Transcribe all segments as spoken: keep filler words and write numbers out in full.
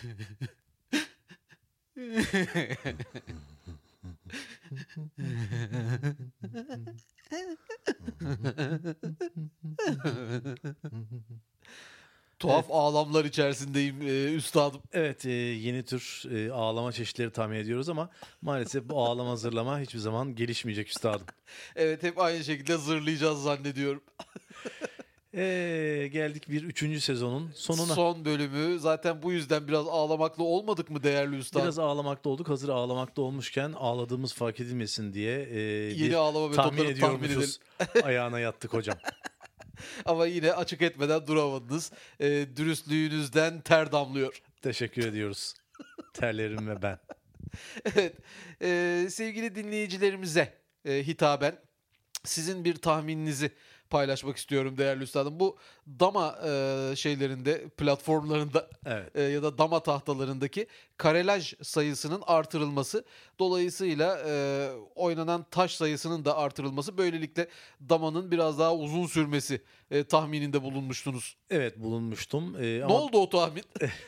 Tuhaf Evet. ağlamlar içerisindeyim e, üstadım. Evet, e, yeni tür e, ağlama çeşitleri tahmin ediyoruz ama maalesef bu ağlama zırlama hiçbir zaman gelişmeyecek üstadım. Evet, hep aynı şekilde zırlayacağız zannediyorum. E, geldik bir üçüncü sezonun sonuna. Son bölümü zaten bu yüzden biraz ağlamaklı olmadık mı değerli üstadım? Biraz ağlamakta olduk. Hazır ağlamakta olmuşken ağladığımız fark edilmesin diye e, Yeni bir ağlama tahmin metotları tahmin ediyormuşuz. Ayağına yattık hocam. Ama yine açık etmeden duramadınız. E, dürüstlüğünüzden ter damlıyor. Teşekkür ediyoruz. Terlerim ve ben. Evet, e, sevgili dinleyicilerimize e, hitaben sizin bir tahmininizi paylaşmak istiyorum değerli üstadım. Bu dama e, şeylerinde, platformlarında Evet. e, ya da dama tahtalarındaki karelaj sayısının artırılması, dolayısıyla e, oynanan taş sayısının da artırılması, böylelikle damanın biraz daha uzun sürmesi e, tahmininde bulunmuştunuz. Evet, bulunmuştum. E, Ne ama oldu o tahmin?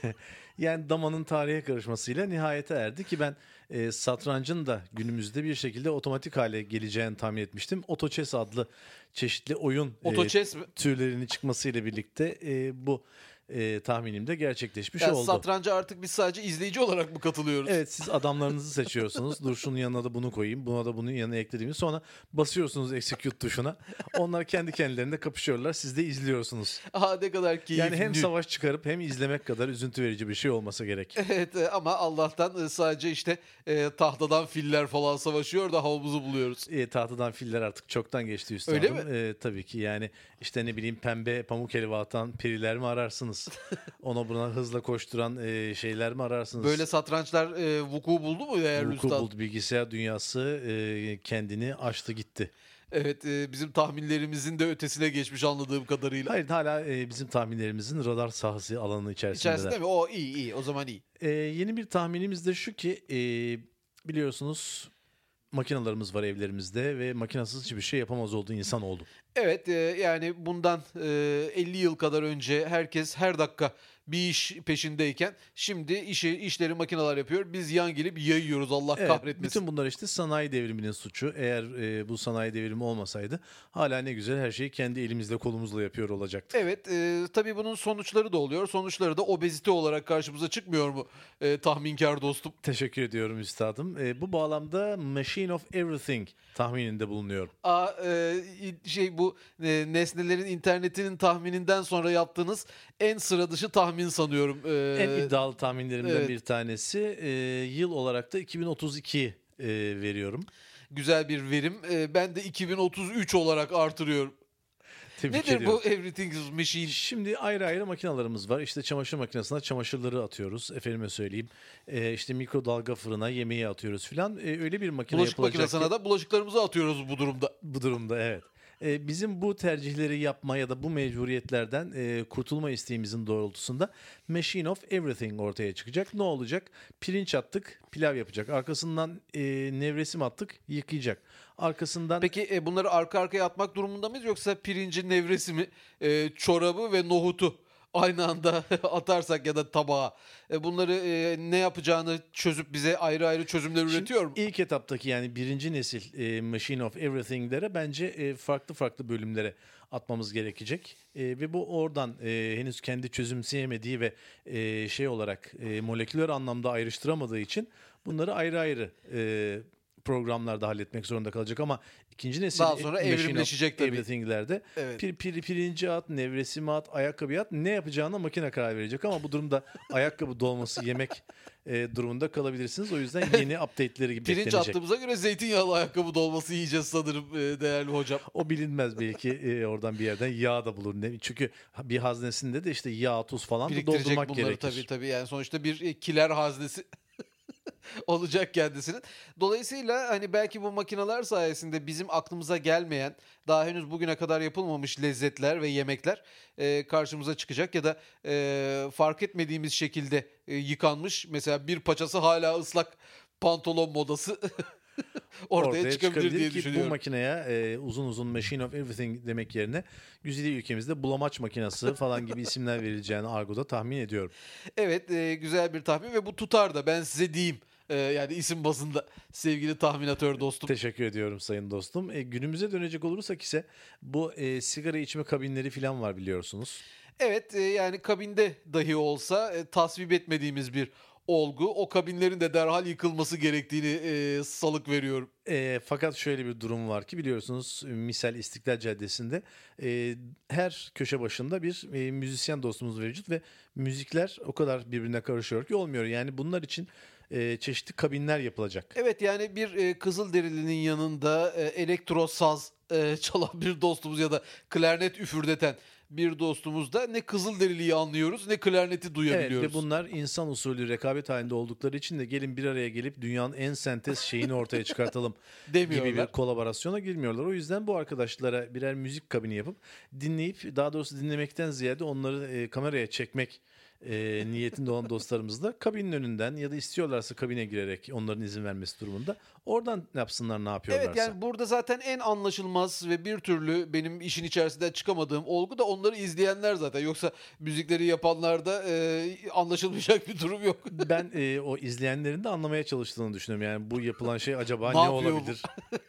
yani damanın tarihe karışmasıyla nihayete erdi ki ben e, satrancın da günümüzde bir şekilde otomatik hale geleceğini tahmin etmiştim. Otochess adlı çeşitli oyun e, Otochess mi? türlerinin çıkmasıyla birlikte e, bu e, tahminim de gerçekleşmiş Yani oldu. satranca artık biz sadece izleyici olarak mı katılıyoruz? Evet, siz adamlarınızı seçiyorsunuz. Dur şunun yanına da bunu koyayım. Buna da bunun yanına eklediğimiz. Sonra basıyorsunuz execute tuşuna. Onlar kendi kendilerinde kapışıyorlar. Siz de izliyorsunuz. Aha, ne kadar keyifli. Yani hem savaş çıkarıp hem izlemek kadar üzüntü verici bir şey olmasa gerek. Evet, e, ama Allah'tan e, sadece işte e, tahtadan filler falan savaşıyor da havamızı buluyoruz. E, tahtadan filler artık çoktan geçti üstadım. Öyle mi? E, tabii ki yani işte ne bileyim pembe pamuk helva atan periler mi ararsınız? Ona buna hızla koşturan e, şeyler mi ararsınız? Böyle satrançlar e, vuku buldu mu değerli Vuku üstad? buldu, bilgisayar dünyası e, kendini aştı gitti. Evet, e, bizim tahminlerimizin de ötesine geçmiş anladığım kadarıyla. Hayır, hala e, bizim tahminlerimizin radar sahası alanı içerisindeler. İçerisinde mi? O iyi iyi, o zaman iyi. E, yeni bir tahminimiz de şu ki e, biliyorsunuz makinalarımız var evlerimizde ve makinasız hiçbir şey yapamaz olduğu insan oldu. Evet, e, yani bundan e, elli yıl kadar önce herkes her dakika bir iş peşindeyken şimdi işi işleri makineler yapıyor. Biz yan gelip yayıyoruz, Allah Evet, kahretmesin. bütün bunlar işte sanayi devriminin suçu. Eğer e, bu sanayi devrimi olmasaydı hala ne güzel her şeyi kendi elimizle kolumuzla yapıyor olacaktık. Evet, e, tabii bunun sonuçları da oluyor. Sonuçları da obezite olarak karşımıza çıkmıyor mu e, tahminkar dostum? Teşekkür ediyorum üstadım. E, bu bağlamda Machine of Everything tahmininde bulunuyorum. Aa, e, şey bu e, nesnelerin internetinin tahmininden sonra yaptığınız en sıra dışı tahmin sanıyorum. E, En iddialı tahminlerimden evet. bir tanesi. E, yıl olarak da iki bin otuz iki e, veriyorum. Güzel bir verim. E, ben de iki bin otuz üç olarak artırıyorum. Tebrik Nedir ediyorum. bu Everything is Machine? Şimdi ayrı ayrı makinalarımız var. İşte çamaşır makinesine çamaşırları atıyoruz. Efendime söyleyeyim. Ee, işte mikrodalga fırına yemeği atıyoruz filan. Ee, öyle bir makine Bulaşık yapılacak makinesine ki da bulaşıklarımızı atıyoruz bu durumda. bu durumda, evet. Ee, bizim bu tercihleri yapma ya da bu mecburiyetlerden e, kurtulma isteğimizin doğrultusunda Machine of Everything ortaya çıkacak. Ne olacak? Pirinç attık, pilav yapacak. Arkasından e, nevresim attık, yıkayacak. Arkasından Peki e, bunları arka arkaya atmak durumunda mıyız, yoksa pirinci, nevresimi, e, çorabı ve nohutu aynı anda atarsak ya da tabağa e, bunları e, ne yapacağını çözüp bize ayrı ayrı çözümler Şimdi üretiyor mu? İlk etaptaki yani birinci nesil e, Machine of Everything'lere bence e, farklı farklı bölümlere atmamız gerekecek. E, ve bu oradan e, henüz kendi çözümseyemediği ve e, şey olarak e, moleküler anlamda ayrıştıramadığı için bunları ayrı ayrı e, programlarda halletmek zorunda kalacak ama ikinci nesil Daha sonra Machine of evrimleşecek tabii. Everything'lerde Evet. pir, pir, pirinci at, nevresimi at, ayakkabı at, ne yapacağına makine karar verecek ama bu durumda ayakkabı dolması, yemek e, durumunda kalabilirsiniz. O yüzden yeni update'leri gibi Pirinç beklenecek. attığımıza göre zeytinyağlı ayakkabı dolması yiyeceğiz sanırım e, değerli hocam. O bilinmez, belki e, oradan bir yerden yağ da bulur. Ne? Çünkü bir haznesinde de işte yağ, tuz falan da Biriktirecek doldurmak bunları gerekir. tabii tabii, yani sonuçta bir e, kiler haznesi olacak kendisinin. Dolayısıyla hani belki bu makineler sayesinde bizim aklımıza gelmeyen, daha henüz bugüne kadar yapılmamış lezzetler ve yemekler e, karşımıza çıkacak ya da e, fark etmediğimiz şekilde e, yıkanmış. Mesela bir paçası hala ıslak pantolon modası ortaya, ortaya çıkabilir, çıkabilir diye ki düşünüyorum. bu makineye e, uzun uzun Machine of Everything demek yerine güzide ülkemizde bulamaç makinesi falan gibi isimler verileceğini argoda tahmin ediyorum. Evet, e, güzel bir tahmin ve bu tutar da ben size diyeyim. E, yani isim bazında sevgili tahminatör dostum. Teşekkür ediyorum sayın dostum. E, günümüze dönecek olursak ise bu e, sigara içme kabinleri falan var biliyorsunuz. Evet, e, yani kabinde dahi olsa e, tasvip etmediğimiz bir olgu. O kabinlerin de derhal yıkılması gerektiğini e, salık veriyorum. E, fakat şöyle bir durum var ki biliyorsunuz misal İstiklal Caddesi'nde e, her köşe başında bir e, müzisyen dostumuz mevcut ve müzikler o kadar birbirine karışıyor ki olmuyor. Yani bunlar için e, çeşitli kabinler yapılacak. Evet, yani bir e, Kızılderilinin yanında e, elektro saz e, çalan bir dostumuz ya da klarnet üfürdeten bir dostumuzda ne Kızılderili'yi anlıyoruz ne klarneti Evet duyabiliyoruz. ve bunlar insan usulü rekabet halinde oldukları için de gelin bir araya gelip dünyanın en sentez şeyini ortaya çıkartalım gibi bir Demiyorlar. kolaborasyona girmiyorlar. O yüzden bu arkadaşlara birer müzik kabini yapıp dinleyip daha doğrusu dinlemekten ziyade onları e, kameraya çekmek e, niyetinde olan dostlarımız da kabinin önünden ya da istiyorlarsa kabine girerek onların izin vermesi durumunda oradan yapsınlar ne yapıyorlarsa. Evet, yani burada zaten en anlaşılmaz ve bir türlü benim işin içerisinden çıkamadığım olgu da onları izleyenler zaten. Yoksa müzikleri yapanlarda e, anlaşılmayacak bir durum yok. Ben e, o izleyenlerin de anlamaya çalıştığını düşünüyorum. Yani bu yapılan şey acaba Ne ne, yapıyor bu? olabilir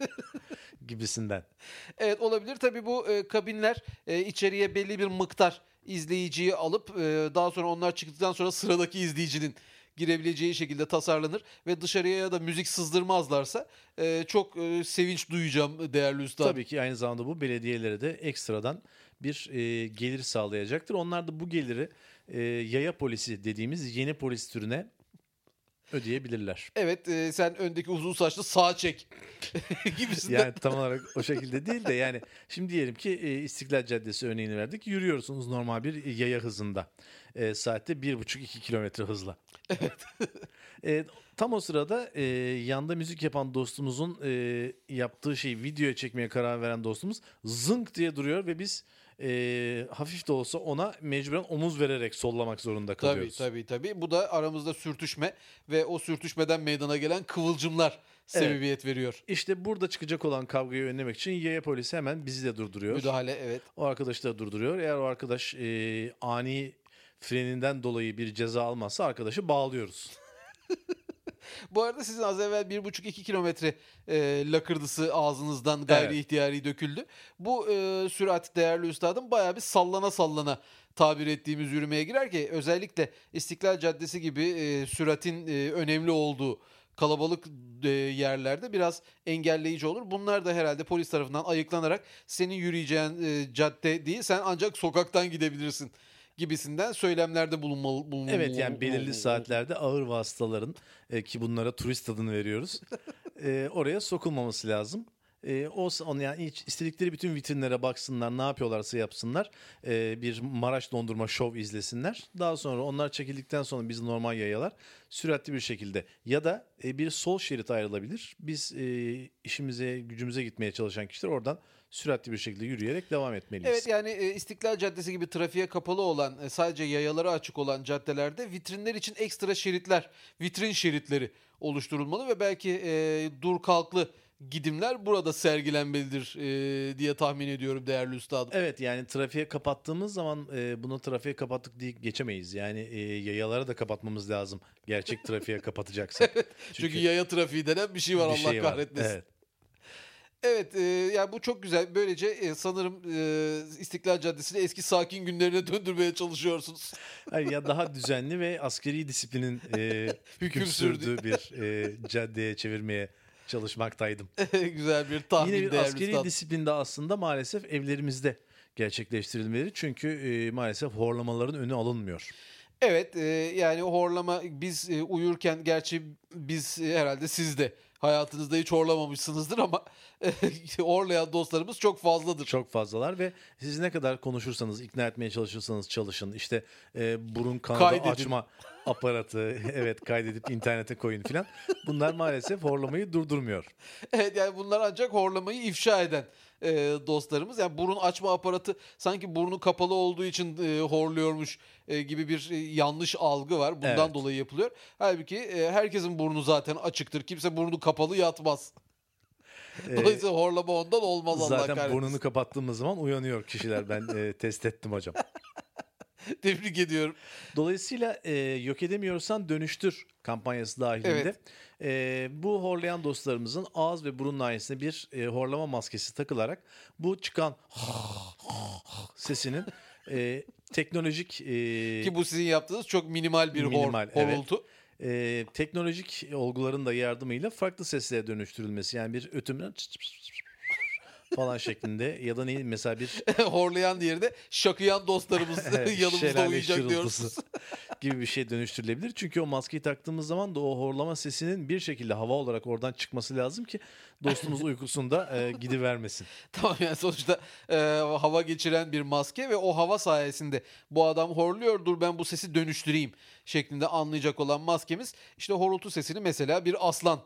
gibisinden. Evet, olabilir. Tabii bu e, kabinler e, içeriye belli bir miktar izleyiciyi alıp e, daha sonra onlar çıktıktan sonra sıradaki izleyicinin girebileceği şekilde tasarlanır ve dışarıya ya da müzik sızdırmazlarsa e, çok e, sevinç duyacağım değerli üstad. Tabii ki aynı zamanda bu belediyelere de ekstradan bir e, gelir sağlayacaktır. Onlar da bu geliri e, yaya polisi dediğimiz yeni polis türüne ödeyebilirler. Evet, e, sen öndeki uzun saçlı sağa çek gibisinden. Yani tam olarak o şekilde değil de yani şimdi diyelim ki e, İstiklal Caddesi örneğini verdik. Yürüyorsunuz normal bir yaya hızında. E, saatte bir buçuk iki kilometre hızla. E, tam o sırada e, yanda müzik yapan dostumuzun e, yaptığı şeyi videoya çekmeye karar veren dostumuz zınk diye duruyor ve biz e, hafif de olsa ona mecburen omuz vererek sollamak zorunda Tabii kalıyoruz. tabii tabii. Bu da aramızda sürtüşme ve o sürtüşmeden meydana gelen kıvılcımlar sebebiyet veriyor. İşte burada çıkacak olan kavgayı önlemek için yaya polisi hemen bizi de durduruyor. Müdahale, evet. O arkadaşı da durduruyor. Eğer o arkadaş e, ani freninden dolayı bir ceza almazsa arkadaşı bağlıyoruz. Bu arada sizin az evvel bir buçuk iki kilometre e, lakırdısı ağzınızdan gayri Evet. ihtiyari döküldü. Bu e, sürat değerli üstadım bayağı bir sallana sallana tabir ettiğimiz yürümeye girer ki özellikle İstiklal Caddesi gibi e, süratin e, önemli olduğu kalabalık e, yerlerde biraz engelleyici olur. Bunlar da herhalde polis tarafından ayıklanarak senin yürüyeceğin e, cadde değil, sen ancak sokaktan gidebilirsin gibisinden söylemlerde bulunmalı. bulunmalı Evet yani belirli saatlerde ağır vasıtaların e, ki bunlara turist adını veriyoruz. e, oraya sokulmaması lazım. E, o onu yani hiç istedikleri bütün vitrinlere baksınlar, ne yapıyorlarsa yapsınlar. E, bir Maraş dondurma şov izlesinler. Daha sonra onlar çekildikten sonra biz normal yayalar süratli bir şekilde ya da e, bir sol şerit ayrılabilir. Biz e, işimize, gücümüze gitmeye çalışan kişiler oradan süratli bir şekilde yürüyerek devam etmeliyiz. Evet, yani e, İstiklal Caddesi gibi trafiğe kapalı olan, e, sadece yayalara açık olan caddelerde vitrinler için ekstra şeritler, vitrin şeritleri oluşturulmalı ve belki e, dur kalklı gidimler burada sergilenmelidir e, diye tahmin ediyorum değerli üstadım. Evet yani trafiğe kapattığımız zaman e, bunu trafiğe kapattık diye geçemeyiz. Yani e, yayalara da kapatmamız lazım. Gerçek trafiğe kapatacaksak. Çünkü, yaya trafiği denen bir şey var, bir Allah şey var. kahretmesin. Evet. Evet, e, yani bu çok güzel. Böylece e, sanırım e, İstiklal Caddesi'ni eski sakin günlerine döndürmeye çalışıyorsunuz. Hayır, ya daha düzenli ve askeri disiplinin e, hüküm sürdü. sürdüğü bir e, caddeye çevirmeye çalışmaktaydım. Güzel bir tahmin Yine bir değerli askeri üstadım. disiplinde aslında maalesef evlerimizde gerçekleştirilmeli. Çünkü e, maalesef horlamaların önü alınmıyor. Evet, e, yani horlama biz e, uyurken, gerçi biz e, herhalde siz de hayatınızda hiç horlamamışsınızdır ama e, horlayan dostlarımız çok fazladır. Çok fazlalar ve siz ne kadar konuşursanız, ikna etmeye çalışırsanız çalışın. İşte e, burun kanadı Kaydedin. açma aparatı evet kaydedip internete koyun filan. Bunlar maalesef horlamayı durdurmuyor. Evet, yani bunlar ancak horlamayı ifşa eden e, dostlarımız. Yani burun açma aparatı sanki burnu kapalı olduğu için e, horluyormuş e, gibi bir e, yanlış algı var. Bundan Evet. dolayı yapılıyor. Halbuki e, herkesin burnu zaten açıktır. Kimse burnu kapalı yatmaz. Ee, Dolayısıyla horlama ondan olmaz, Allah zaten kahretsin. burnunu kapattığımız zaman uyanıyor kişiler. Ben e, test ettim hocam. Tebrik ediyorum. Dolayısıyla e, yok edemiyorsan dönüştür kampanyası dahilinde. Evet. E, bu horlayan dostlarımızın ağız ve burun nahiyesine bir e, horlama maskesi takılarak bu çıkan sesinin e, teknolojik e, Ki bu sizin yaptığınız çok minimal bir Minimal, hor, evet. horultu. e, teknolojik olguların da yardımıyla farklı seslere dönüştürülmesi. Yani bir ötümden falan şeklinde ya da ne mesela bir Horlayan diğeri de şakıyan dostlarımız yanımızda şelale uyuyacak şırıltısı diyoruz. gibi bir şey dönüştürülebilir. Çünkü o maskeyi taktığımız zaman da o horlama sesinin bir şekilde hava olarak oradan çıkması lazım ki dostumuz uykusunda e, gidivermesin. Tamam, yani sonuçta e, hava geçiren bir maske ve o hava sayesinde bu adam horluyor, dur ben bu sesi dönüştüreyim şeklinde anlayacak olan maskemiz işte horultu sesini mesela bir aslan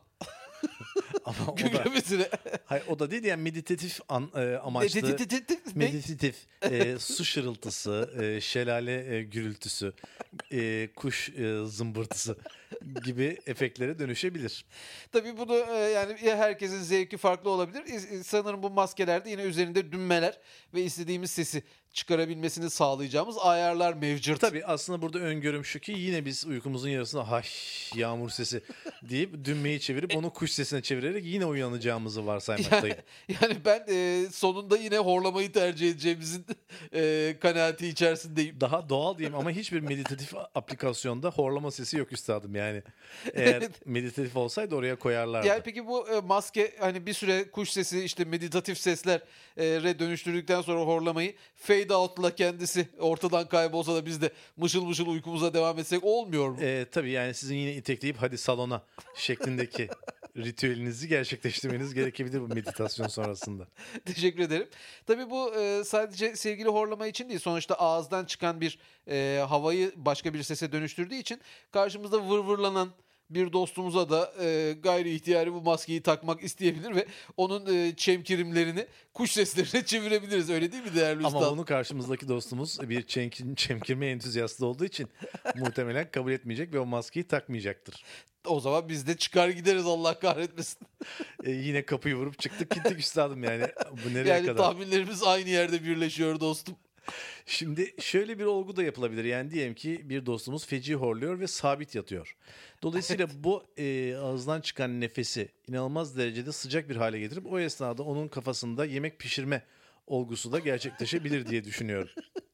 Ama o da kükremesine. hayır, o da değil yani meditatif an, e, amaçlı meditatif e, su şırıltısı, e, şelale e, gürültüsü, e, kuş e, zımbırtısı gibi efektlere dönüşebilir. Tabii bunu e, yani ya herkesin zevki farklı olabilir. İ- Sanırım bu maskelerde yine üzerinde dünmeler ve istediğimiz sesi çıkarabilmesini sağlayacağımız ayarlar mevcut. Tabii aslında burada öngörüm şu ki yine biz uykumuzun yarısında hay yağmur sesi deyip dünmeyi çevirip onu kuş sesine çevirerek yine uyanacağımızı varsaymaktayım. Yani, yani ben e, sonunda yine horlamayı tercih edeceğimizin e, kanaati içerisindeyim. Daha doğal diyeyim ama hiçbir meditatif aplikasyonda horlama sesi yok üstadım yani. Eğer Evet. meditatif olsaydı oraya koyarlardı. Yani peki bu e, maske hani bir süre kuş sesi işte meditatif seslere dönüştürdükten sonra horlamayı fade out'la kendisi ortadan kaybolsa da biz de mışıl mışıl uykumuza devam etsek olmuyor mu? Ee, tabii yani sizin yine itekleyip hadi salona şeklindeki ritüelinizi gerçekleştirmeniz gerekebilir bu meditasyon sonrasında. Teşekkür ederim. Tabii bu e, sadece sevgili horlama için değil. Sonuçta ağızdan çıkan bir e, havayı başka bir sese dönüştürdüğü için karşımızda vırvırlanan bir dostumuza da e, gayri ihtiyari bu maskeyi takmak isteyebilir ve onun e, çemkirimlerini kuş seslerine çevirebiliriz. Öyle değil mi değerli Ama üstad? bunu karşımızdaki dostumuz bir çemkin, çemkirme entüzyastı olduğu için muhtemelen kabul etmeyecek ve o maskeyi takmayacaktır. O zaman biz de çıkar gideriz, Allah kahretmesin. Ee, yine kapıyı vurup çıktık gittik üstadım yani bu nereye Yani kadar? tahminlerimiz aynı yerde birleşiyor dostum. Şimdi şöyle bir olgu da yapılabilir. Yani diyelim ki bir dostumuz feci horluyor ve sabit yatıyor. Dolayısıyla bu e, ağızdan çıkan nefesi inanılmaz derecede sıcak bir hale getirip o esnada onun kafasında yemek pişirme olgusu da gerçekleşebilir diye düşünüyorum.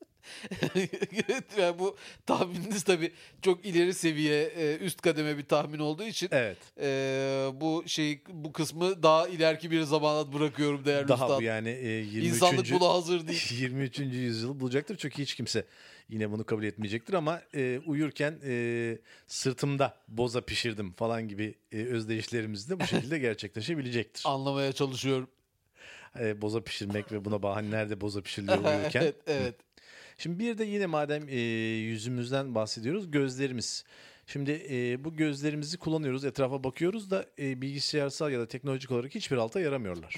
Evet, yani bu tahmininiz tabii çok ileri seviye, e, üst kademe bir tahmin olduğu için Evet. e, bu şey bu kısmı daha ileriki bir zamana bırakıyorum değerli Daha üstad. bu yani e, yirmi İnsanlık üçüncü buna hazır değil. yirmi üçüncü yüzyılı bulacaktır. Çünkü hiç kimse yine bunu kabul etmeyecektir ama e, uyurken e, sırtımda boza pişirdim falan gibi e, özdeyişlerimiz de bu şekilde gerçekleşebilecektir. Anlamaya çalışıyorum. E, boza pişirmek ve buna bahane nerede boza pişiriliyor uyurken. Evet, evet. Şimdi bir de yine madem e, yüzümüzden bahsediyoruz gözlerimiz. Şimdi e, bu gözlerimizi kullanıyoruz, etrafa bakıyoruz da e, bilgisayarsal ya da teknolojik olarak hiçbir alta yaramıyorlar.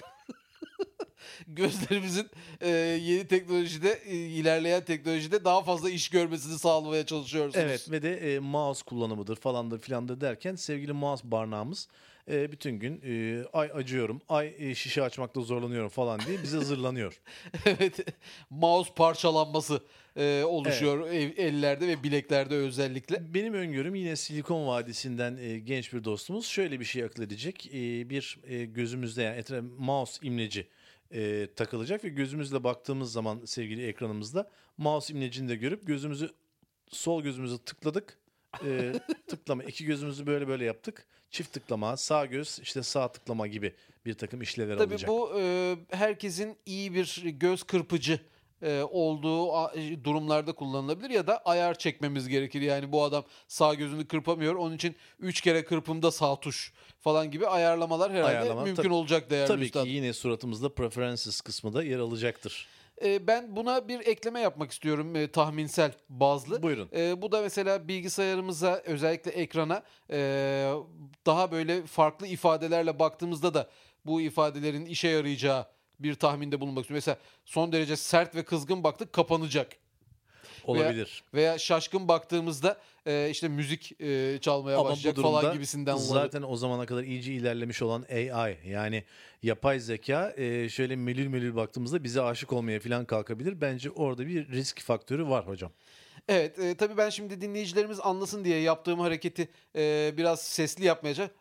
Gözlerimizin e, yeni teknolojide, e, ilerleyen teknolojide daha fazla iş görmesini sağlamaya çalışıyorsunuz. Evet ve de e, mouse kullanımıdır falandır filandır derken sevgili mouse barnağımız e, bütün gün e, ay acıyorum, ay e, şişe açmakta zorlanıyorum falan diye bize zırlanıyor. Evet. Mouse parçalanması e, oluşuyor ev- ellerde ve bileklerde özellikle. Benim öngörüm yine Silikon Vadisi'nden e, genç bir dostumuz şöyle bir şey akıl edecek. E, bir e, gözümüzde yani etraf, mouse imleci e, takılacak ve gözümüzle baktığımız zaman sevgili ekranımızda mouse imlecini de görüp gözümüzü sol gözümüzü tıkladık. E, tıklama iki gözümüzü böyle böyle yaptık. Çift tıklama, sağ göz işte sağ tıklama gibi bir takım işlevler Tabii alacak. bu e, herkesin iyi bir göz kırpıcı e, olduğu a- e, durumlarda kullanılabilir ya da ayar çekmemiz gerekir. Yani bu adam sağ gözünü kırpamıyor. Onun için üç kere kırpımda sağ tuş falan gibi ayarlamalar herhalde Ayarlama, mümkün tabii- olacak değerli Tabii üstad. ki yine suratımızda preferences kısmı da yer alacaktır. Eee, ben buna bir ekleme yapmak istiyorum, eee, tahminsel bazlı. Buyurun. Eee, bu da mesela bilgisayarımıza, özellikle ekrana, eee, daha böyle farklı ifadelerle baktığımızda da bu ifadelerin işe yarayacağı bir tahminde bulunmak istiyorum. Mesela son derece sert ve kızgın baktık, kapanacak. Veya Olabilir. veya şaşkın baktığımızda, eee, işte müzik, eee, çalmaya Ama bu başlayacak falan durumda gibisinden olabilir. zaten o zamana kadar iyice ilerlemiş olan A I, yani yapay zeka, eee, şöyle melül melül baktığımızda bize aşık olmaya falan kalkabilir. Bence orada bir risk faktörü var hocam. Evet, eee, tabii ben şimdi dinleyicilerimiz anlasın diye yaptığım hareketi, eee, biraz sesli yapmaya ça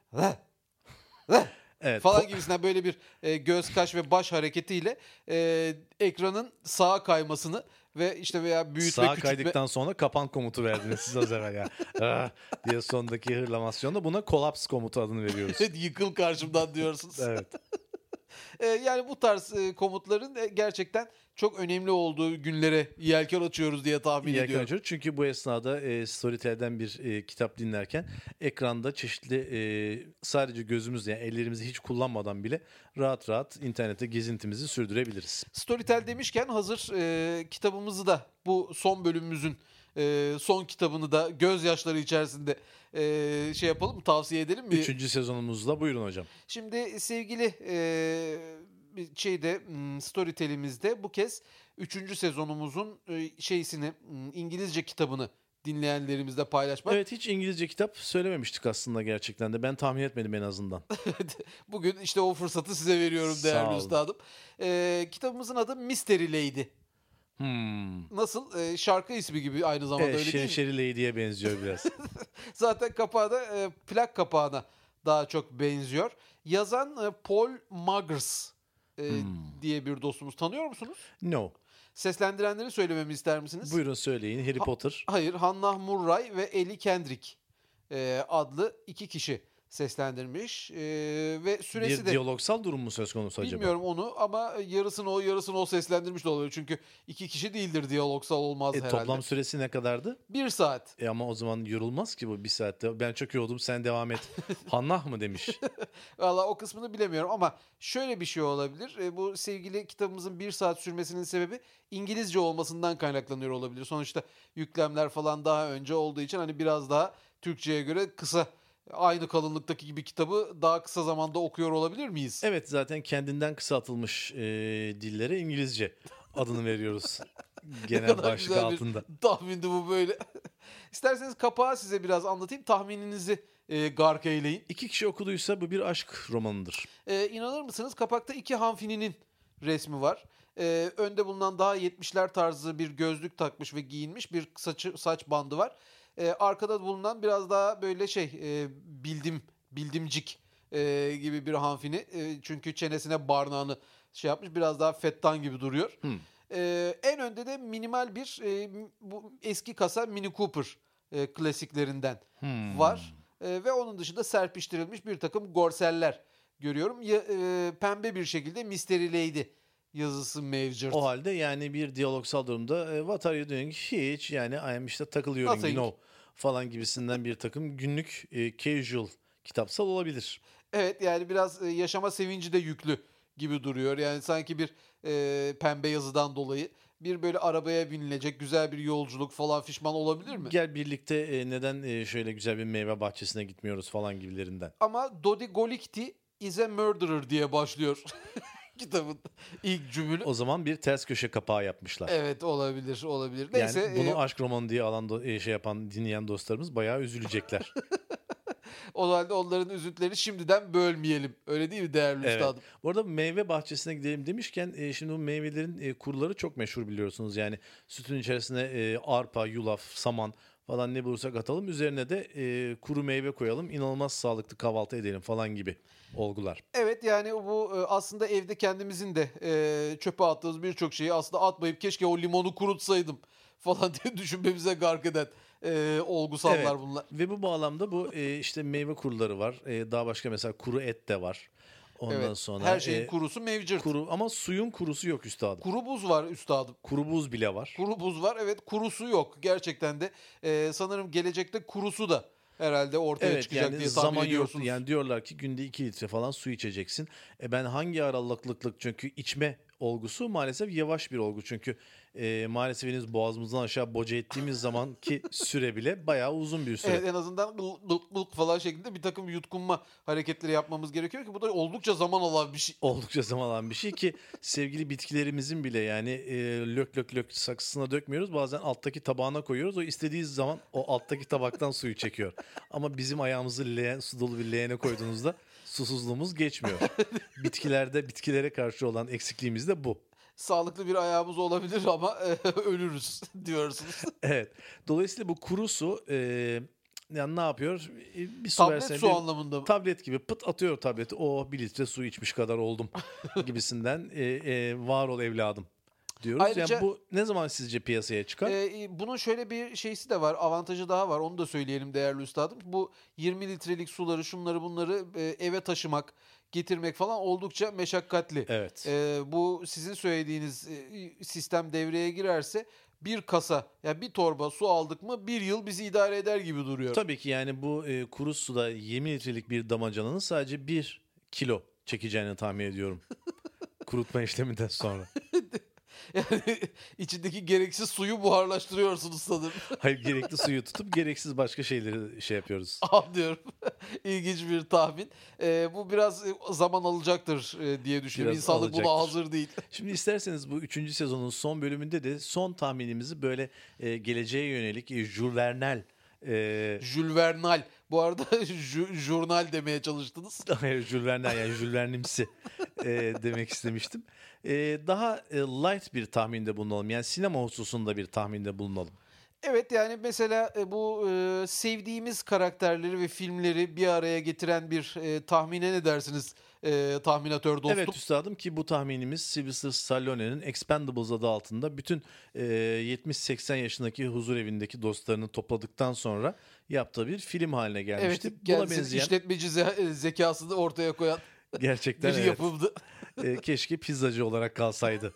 Evet, falan ko gibisinden böyle bir, eee, göz, kaş ve baş hareketiyle, eee, ekranın sağa kaymasını ve işte veya büyütme, sağa küçültme kaydıktan sonra kapan komutu verdiniz siz az evvel ya. "Ah!" diye sondaki hırlamasyonda buna kolaps komutu adını veriyoruz. yıkıl karşımdan diyorsunuz. Evet. Eee, yani bu tarz, eee, komutların, eee, gerçekten çok önemli olduğu günlere yelken açıyoruz diye tahmin Yelken ediyorum. açıyoruz. Çünkü bu esnada e, Storytel'den bir e, kitap dinlerken ekranda çeşitli e, sadece gözümüzle, yani ellerimizi hiç kullanmadan bile rahat rahat internette gezintimizi sürdürebiliriz. Storytel demişken hazır, eee, kitabımızı da bu son bölümümüzün, eee, son kitabını da gözyaşları içerisinde, eee, şey yapalım mı, tavsiye edelim mi? Üçüncü sezonumuzda buyurun hocam. Şimdi sevgili, eee, bir şeyde, ımm, Storytel'imizde bu kez üçüncü sezonumuzun, eee, şeysini, ımm, İngilizce kitabını dinleyenlerimizle paylaşmak. Evet, hiç İngilizce kitap söylememiştik aslında gerçekten de. Ben tahmin etmedim en azından. Bugün işte o fırsatı size veriyorum Sağ değerli olun. üstadım. Eee, kitabımızın adı Mystery Lady. Hmm. Nasıl? Eee, şarkı ismi gibi aynı zamanda, Evet, öyle değil mi? Şeri Lady'ye benziyor biraz. Zaten kapağı da, eee, plak kapağına daha çok benziyor. Yazan, eee, Paul Magrs, eee, Hmm. diye bir dostumuz. Tanıyor musunuz? No. Seslendirenleri söylememi ister misiniz? Buyurun söyleyin. Harry Ha- Potter. Hayır, Hannah Murray ve Ellie Kendrick eee, adlı iki kişi seslendirmiş. Eee, ve süresi Bir de diyalogsal durum mu söz konusu acaba? bilmiyorum onu, ama yarısını o yarısını o seslendirmiş de olabilir. Çünkü iki kişi değildir, diyalogsal olmaz E, herhalde. toplam süresi ne kadardı? Bir saat. E ama o zaman yorulmaz ki bu bir saatte. Ben çok yoruldum, sen devam et. Hannah mı demiş? Valla o kısmını bilemiyorum, ama şöyle bir şey olabilir. E, bu sevgili kitabımızın bir saat sürmesinin sebebi İngilizce olmasından kaynaklanıyor olabilir. Sonuçta yüklemler falan daha önce olduğu için hani biraz daha Türkçe'ye göre kısa, aynı kalınlıktaki gibi kitabı daha kısa zamanda okuyor olabilir miyiz? Evet, zaten kendinden kısaltılmış e, dillere İngilizce adını veriyoruz. Ne Genel kadar başlık güzel altında. bir tahmindi bu böyle. İsterseniz kapağı size biraz anlatayım. Tahmininizi e, gark eyleyin. İki kişi okuduysa bu bir aşk romanıdır. E, inanır mısınız? Kapakta iki hanfininin resmi var. E, önde bulunan daha yetmişler tarzı bir gözlük takmış ve giyinmiş bir saçı, saç bandı var. E, arkada bulunan biraz daha böyle şey, e, bildim bildimcik e, gibi bir hanfini. E, çünkü çenesine barnağını şey yapmış. Biraz daha fettan gibi duruyor. Hmm. E, en önde de minimal bir, e, bu eski kasa Mini Cooper e, klasiklerinden Hmm. var. E, ve onun dışında serpiştirilmiş bir takım gorseller görüyorum. Ya, e, pembe bir şekilde Mystery Lady yazısı mevcut. O halde yani bir diyalogsal durumda e, what are you doing? Hiç, yani I am işte takılıyorum, Nothing. you know falan gibisinden bir takım günlük e, casual kitapsal olabilir. Evet, yani biraz e, yaşama sevinci de yüklü gibi duruyor. Yani sanki bir e, pembe yazıdan dolayı bir böyle arabaya binilecek güzel bir yolculuk falan fişman olabilir mi? Gel birlikte e, neden e, şöyle güzel bir meyve bahçesine gitmiyoruz falan gibilerinden. Ama Dodi Golikti is a murderer diye başlıyor kitabın ilk cümle. O zaman bir ters köşe kapağı yapmışlar. Evet, olabilir olabilir. Neyse, Yani bunu e, aşk romanı diye alan do- e, şey yapan dinleyen dostlarımız bayağı üzülecekler. o halde onların üzüntülerini şimdiden bölmeyelim. Öyle değil mi değerli Evet. üstadım? Bu arada meyve bahçesine gidelim demişken e, şimdi bu meyvelerin e, kuruları çok meşhur biliyorsunuz. Yani sütün içerisine e, arpa, yulaf, saman falan ne bulursak atalım. Üzerine de e, kuru meyve koyalım. İnanılmaz sağlıklı kahvaltı edelim falan gibi olgular. Evet, yani bu e, aslında evde kendimizin de e, çöpe attığımız birçok şeyi aslında atmayıp keşke o limonu kurutsaydım falan diye düşünmemize gark eden e, olgusallar Evet. bunlar. Ve bu bağlamda bu e, işte meyve kuruları var. E, daha başka mesela kuru et de var. Ondan Evet, sonra her şeyin e, kurusu mevcut. Kuru, kuru ama suyun kurusu yok üstadım. buz var üstadım. Kuru buz bile var. Kuru buz var, evet, kurusu yok. Gerçekten de e, sanırım gelecekte kurusu da herhalde ortaya Evet, çıkacak yani diye tahmin zaman yok. ediyorsunuz. Yani diyorlar ki günde iki litre falan su içeceksin. E ben hangi aralıklıklık, çünkü içme olgusu maalesef yavaş bir olgu. Çünkü e, maalesef henüz boğazımızdan aşağı boca ettiğimiz zamanki süre bile bayağı uzun bir süre. Evet, en azından gılk gılk gılk falan şeklinde bir takım yutkunma hareketleri yapmamız gerekiyor ki bu da oldukça zaman alan bir şey. Oldukça zaman alan bir şey ki sevgili bitkilerimizin bile yani e, lök lök lök saksısına dökmüyoruz. Bazen alttaki tabağına koyuyoruz. O istediği zaman o alttaki tabaktan suyu çekiyor. Ama bizim ayağımızı leğen, su dolu bir leğene koyduğunuzda susuzluğumuz geçmiyor. Bitkilerde bitkilere karşı olan eksikliğimiz de bu. Sağlıklı bir ayağımız olabilir ama e, ölürüz diyorsunuz. Evet. Dolayısıyla bu kuru su e, yani ne yapıyor? E, bir su Tablet versene, su bir anlamında mı? tablet gibi pıt atıyor tableti. O bir litre su içmiş kadar oldum gibisinden e, e, var ol evladım diyoruz. Ayrıca- yani bu ne zaman sizce piyasaya çıkar? Ee, bunun şöyle bir şeysi de var, avantajı daha var. Onu da söyleyelim değerli üstadım. Bu yirmi litrelik suları, şunları bunları e, eve taşımak, getirmek falan oldukça meşakkatli. Evet. Ee, bu sizin söylediğiniz e, sistem devreye girerse bir kasa, yani bir torba su aldık mı bir yıl bizi idare eder gibi duruyor. Tabii ki yani bu e, kuru suda yirmi litrelik bir damacananın sadece bir kilo çekeceğini tahmin ediyorum. Kurutma işleminden sonra. Yani içindeki gereksiz suyu buharlaştırıyorsunuz sanırım. Hayır, gerekli suyu tutup gereksiz başka şeyleri şey yapıyoruz. Anlıyorum. İlginç bir tahmin. Ee, bu biraz e, zaman alacaktır e, diye düşünüyorum. Biraz İnsanlık buna alacaktır. hazır değil. Şimdi isterseniz bu üçüncü sezonun son bölümünde de son tahminimizi böyle e, geleceğe yönelik e, Jules Vernel e, Jules Vernal. Bu arada ju- jurnal demeye çalıştınız. hayır, Jules Vernel yani Jules Verne'imsi e, demek istemiştim. E, daha e, light bir tahminde bulunalım. Yani sinema hususunda bir tahminde bulunalım. Evet, yani mesela e, bu e, sevdiğimiz karakterleri ve filmleri bir araya getiren bir e, tahmine ne dersiniz e, tahminatör dostum? Evet üstadım, ki bu tahminimiz Sylvester Stallone'nin Expendables adı altında bütün e, yetmiş seksen yaşındaki huzur evindeki dostlarını topladıktan sonra yaptığı bir film haline Evet, gelmişti. Buna kendisinin benzeyen işletmeci ze- e, zekasını ortaya koyan gerçekten bir evet. yapımdı. E, keşke pizzacı olarak kalsaydı.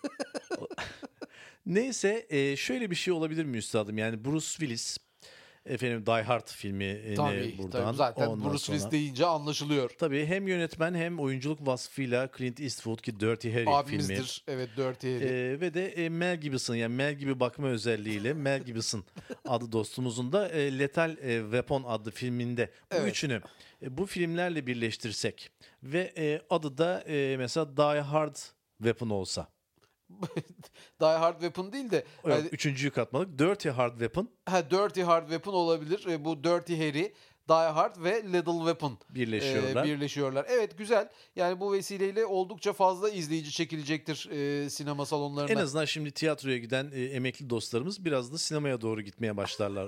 Neyse e, şöyle bir şey olabilir mi üstadım? Yani Bruce Willis efendim Die Hard filmi Tabii, buradan. tabii. Zaten Ondan Bruce Willis sonra- deyince anlaşılıyor. Tabii hem yönetmen hem oyunculuk vasfıyla Clint Eastwood ki Dirty Harry filmi. Abimizdir. Evet, Dirty Harry. Ee, ve de e, Mel Gibson, yani Mel gibi bakma özelliğiyle Mel Gibson adlı dostumuzun da e, Lethal e, Weapon adlı filminde bu Evet. üçünü e, bu filmlerle birleştirsek ve e, adı da e, mesela Die Hard Weapon olsa. Die Hard Weapon değil de Yok, hani- üçüncüyü katmadık. Dirty Hard Weapon ha, Dirty Hard Weapon olabilir. E, bu Dirty Harry, Die Hard ve Lethal Weapon birleşiyorlar. e, birleşiyorlar. Evet, güzel. Yani bu vesileyle oldukça fazla izleyici çekilecektir e, sinema salonlarına. En azından şimdi tiyatroya giden e, emekli dostlarımız biraz da sinemaya doğru gitmeye başlarlar.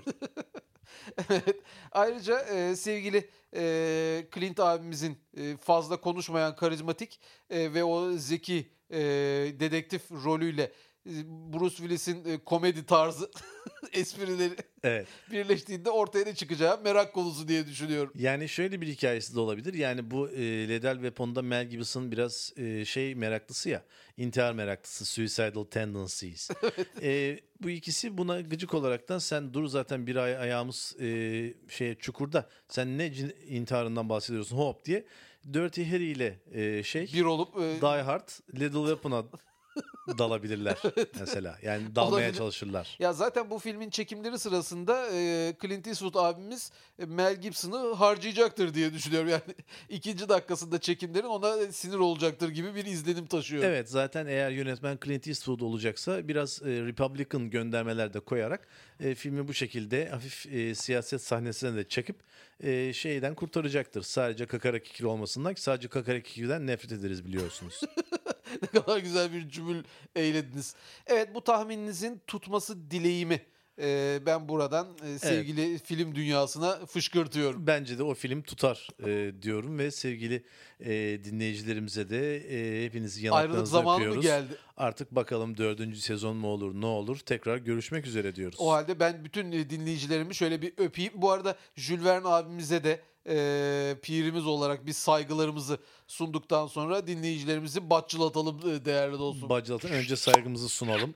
Evet. Ayrıca e, sevgili e, Clint abimizin e, fazla konuşmayan karizmatik e, ve o zeki e, dedektif rolüyle e, Bruce Willis'in e, komedi tarzı esprileri Evet. birleştiğinde ortaya ne çıkacağı merak konusu diye düşünüyorum. Yani şöyle bir hikayesi de olabilir. Yani bu e, Lethal Weapon'da Mel Gibson biraz e, şey meraklısı ya. İntihar meraklısı. Suicidal tendencies. E, bu ikisi buna gıcık olaraktan sen dur zaten bir ay ayağımız e, şeye çukurda. Sen ne cin- intiharından bahsediyorsun hop diye. Dirty Harry ile e, şey Bir olup e, Die Hard Lethal Weapon'a dalabilirler mesela. Yani dalmaya Olabilir. çalışırlar. ya zaten bu filmin çekimleri sırasında e, Clint Eastwood abimiz e, Mel Gibson'ı harcayacaktır diye düşünüyorum. Yani ikinci dakikasında çekimlerin ona sinir olacaktır gibi bir izlenim taşıyorum. Evet, zaten eğer yönetmen Clint Eastwood olacaksa biraz e, Republican göndermeler de koyarak e, filmi bu şekilde hafif e, siyaset sahnesine de çekip e, şeyden kurtaracaktır. Sadece kakara kikir olmasından, ki sadece kakara kikirden nefret ederiz biliyorsunuz. Ne kadar güzel bir cümle eylediniz. Evet, bu tahmininizin tutması dileğimi e, ben buradan e, sevgili film dünyasına fışkırtıyorum. Bence de o film tutar e, diyorum ve sevgili e, dinleyicilerimize de e, hepinizi Ayrılık yanaklarınızı zamanı mı öpüyoruz. geldi? Artık bakalım dördüncü sezon mu olur ne olur, tekrar görüşmek üzere diyoruz. O halde ben bütün e, dinleyicilerimi şöyle bir öpeyim. Bu arada Jules Verne abimize de e, pirimiz olarak biz saygılarımızı sunduktan sonra dinleyicilerimizi batçılatalım e, değerli dostum. Bacılat'ın önce saygımızı sunalım.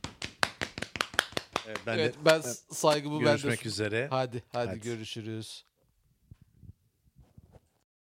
Evet, ben evet, de ben saygımı ben de görüşmek sun- üzere. Hadi, hadi, Hadi. görüşürüz.